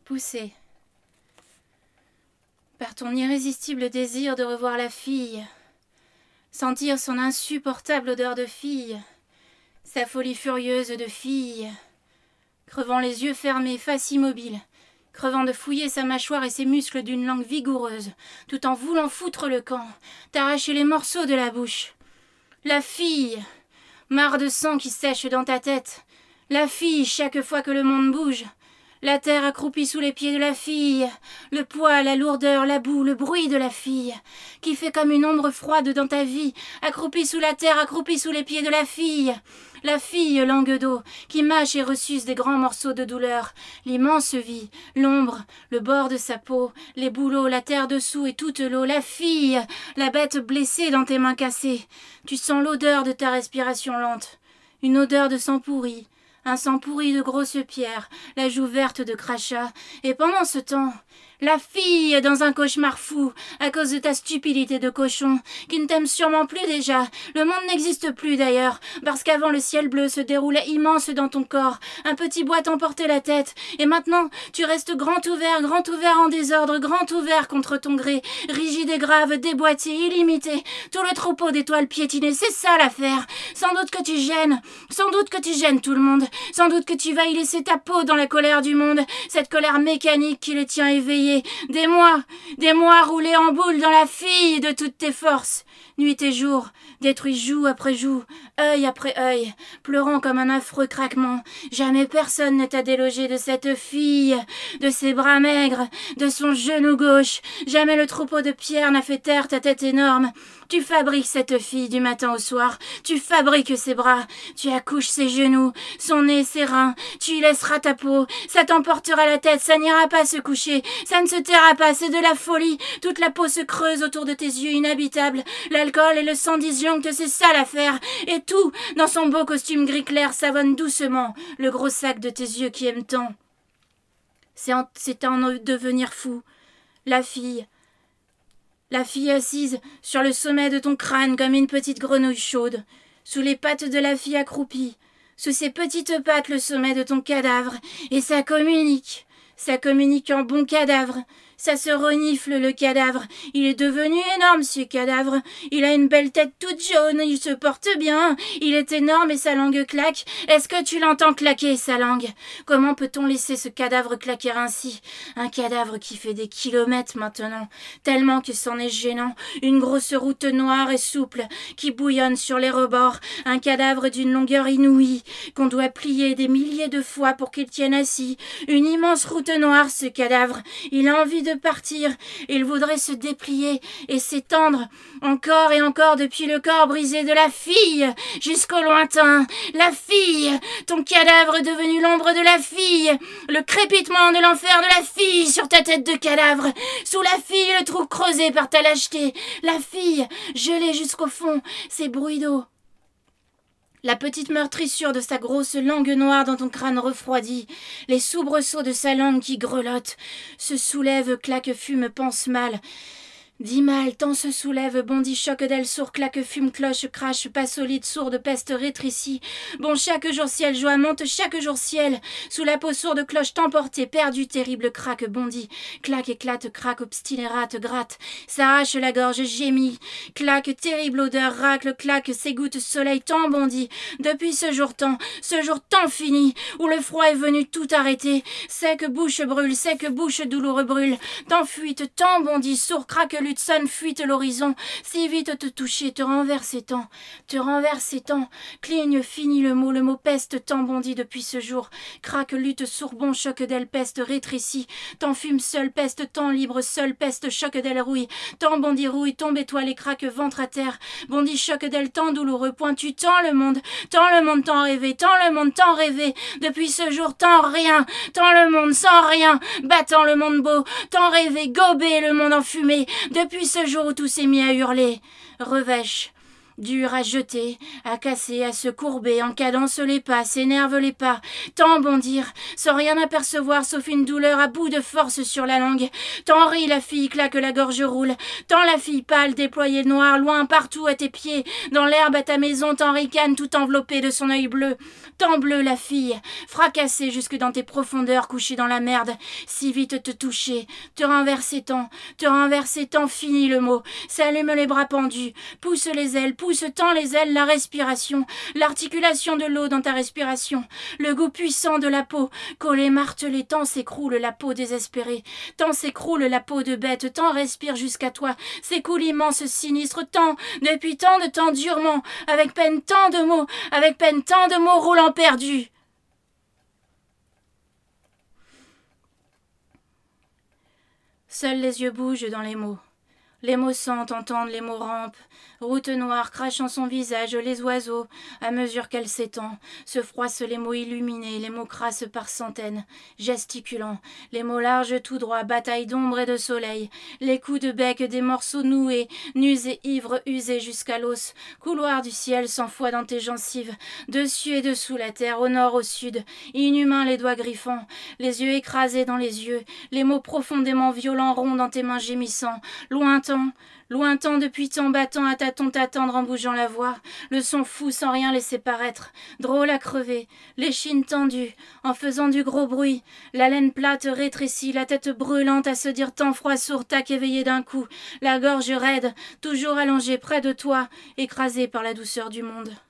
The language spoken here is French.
poussé par ton irrésistible désir de revoir la fille, sentir son insupportable odeur de fille, sa folie furieuse de fille, crevant les yeux fermés, face immobile, crevant de fouiller sa mâchoire et ses muscles d'une langue vigoureuse, tout en voulant foutre le camp, t'arracher les morceaux de la bouche. La fille, mare de sang qui sèche dans ta tête, la fille chaque fois que le monde bouge, la terre accroupie sous les pieds de la fille, le poids, la lourdeur, la boue, le bruit de la fille, qui fait comme une ombre froide dans ta vie, accroupie sous la terre, accroupie sous les pieds de la fille, langue d'eau, qui mâche et ressuce des grands morceaux de douleur, l'immense vie, l'ombre, le bord de sa peau, les bouleaux, la terre dessous et toute l'eau, la fille, la bête blessée dans tes mains cassées, tu sens l'odeur de ta respiration lente, une odeur de sang pourri, un sang pourri de grosses pierres, la joue verte de crachats, et pendant ce temps, la fille dans un cauchemar fou, à cause de ta stupidité de cochon, qui ne t'aime sûrement plus déjà, le monde n'existe plus d'ailleurs, parce qu'avant le ciel bleu se déroulait immense dans ton corps, un petit bois t'emportait la tête, et maintenant tu restes grand ouvert en désordre, grand ouvert contre ton gré, rigide et grave, déboîté, illimité, tout le troupeau d'étoiles piétinées, c'est ça l'affaire, sans doute que tu gênes tout le monde, sans doute que tu vas y laisser ta peau dans la colère du monde, cette colère mécanique qui les tient éveillés, des mois roulés en boule dans la fille de toutes tes forces, nuit et jour, détruit joue après joue, œil après œil, pleurant comme un affreux craquement. Jamais personne ne t'a délogé de cette fille, de ses bras maigres, de son genou gauche. Jamais le troupeau de pierre n'a fait taire ta tête énorme. Tu fabriques cette fille du matin au soir, tu fabriques ses bras, tu accouches ses genoux, son nez, ses reins, tu y laisseras ta peau, ça t'emportera la tête, ça n'ira pas se coucher, ça ne se taira pas, c'est de la folie, toute la peau se creuse autour de tes yeux inhabitables, l'alcool et le sang disjonctent, c'est ça l'affaire, et tout, dans son beau costume gris clair, savonne doucement le gros sac de tes yeux qui aiment tant. C'est en devenir fou, la fille assise sur le sommet de ton crâne comme une petite grenouille chaude, sous les pattes de la fille accroupie, sous ses petites pattes le sommet de ton cadavre, et ça communique en bon cadavre, ça se renifle le cadavre, il est devenu énorme ce cadavre, il a une belle tête toute jaune, il se porte bien, il est énorme et sa langue claque, est-ce que tu l'entends claquer sa langue? Comment peut-on laisser ce cadavre claquer ainsi? Un cadavre qui fait des kilomètres maintenant, tellement que c'en est gênant, une grosse route noire et souple qui bouillonne sur les rebords, un cadavre d'une longueur inouïe qu'on doit plier des milliers de fois pour qu'il tienne assis, une immense route noire ce cadavre, il a envie de partir, il voudrait se déplier et s'étendre encore et encore depuis le corps brisé de la fille jusqu'au lointain. La fille, ton cadavre devenu l'ombre de la fille, le crépitement de l'enfer de la fille sur ta tête de cadavre, sous la fille le trou creusé par ta lâcheté, la fille gelée jusqu'au fond, ses bruits d'eau. La petite meurtrissure de sa grosse langue noire dans ton crâne refroidi, les soubresauts de sa langue qui grelotte, se soulève, claque, fume, pense mal. Dis mal, tant se soulève, bondit, choque d'aile, sourd, claque, fume, cloche, crache, pas solide, sourde, peste, rétrécie. Bon, chaque jour ciel, joie monte, chaque jour ciel. Sous la peau sourde, cloche, t'emporter, perdu, terrible, craque, bondit. Claque, éclate, craque, obstiné, rate, gratte. S'arrache la gorge, gémit. Claque, terrible odeur, racle, claque, s'égoutte, soleil, tant bondit. Depuis ce jour tant fini, où le froid est venu tout arrêter. Sec, bouche douloureux brûle. Tant fuite, tant bondit, sourd, craque, sonne, fuite l'horizon, si vite te toucher, te renverser tant, cligne, fini le mot peste, tant bondit depuis ce jour, craque, lutte, sourbon, choc d'aile, peste, rétrécit, tant fume seul, peste, tant libre, seul, peste, choc d'aile, rouille, tant bondit, rouille, tombe étoile et craque, ventre à terre, bondit, choc d'aile, tant douloureux, pointu, tant le monde, tant rêvé, depuis ce jour, tant rien, tant le monde sans rien, battant le monde beau, tant rêvé, gobé le monde enfumé, depuis ce jour où tout s'est mis à hurler, revêche Dur à jeter, à casser, à se courber, en cadence les pas, s'énerve les pas, tant bondir, sans rien apercevoir sauf une douleur à bout de force sur la langue. Tant rit la fille, claque la gorge roule, tant la fille pâle, déployée noire, loin partout à tes pieds, dans l'herbe à ta maison, tant ricane tout enveloppée de son œil bleu. Tant bleu la fille, fracassée jusque dans tes profondeurs, couchée dans la merde, si vite te toucher, te renverser tant, fini le mot, s'allume les bras pendus, pousse les ailes, pousse tant les ailes, la respiration, l'articulation de l'eau dans ta respiration, le goût puissant de la peau, collé, martelé, tant s'écroule la peau désespérée, tant s'écroule la peau de bête, tant respire jusqu'à toi, s'écoule immense sinistre, tant, depuis tant de temps durement, avec peine tant de mots roulant perdus. Seuls les yeux bougent dans les mots. Les mots sentent, entendent, les mots rampent. Route noire crachant son visage, les oiseaux, à mesure qu'elle s'étend, se froissent les mots illuminés, les mots crassent par centaines, gesticulant, les mots larges tout droit, bataille d'ombre et de soleil, les coups de bec des morceaux noués, nus et ivres, usés jusqu'à l'os, couloir du ciel sans foi dans tes gencives, dessus et dessous la terre, au nord, au sud, inhumains les doigts griffants, les yeux écrasés dans les yeux, les mots profondément violents ronds dans tes mains gémissant, lointain depuis tant battant à tâtons t'attendre en bougeant la voix, le son fou sans rien laisser paraître, drôle à crever, l'échine tendue, en faisant du gros bruit, la laine plate rétrécie, la tête brûlante à se dire tant froid sourd tac éveillé d'un coup, la gorge raide, toujours allongée près de toi, écrasée par la douceur du monde.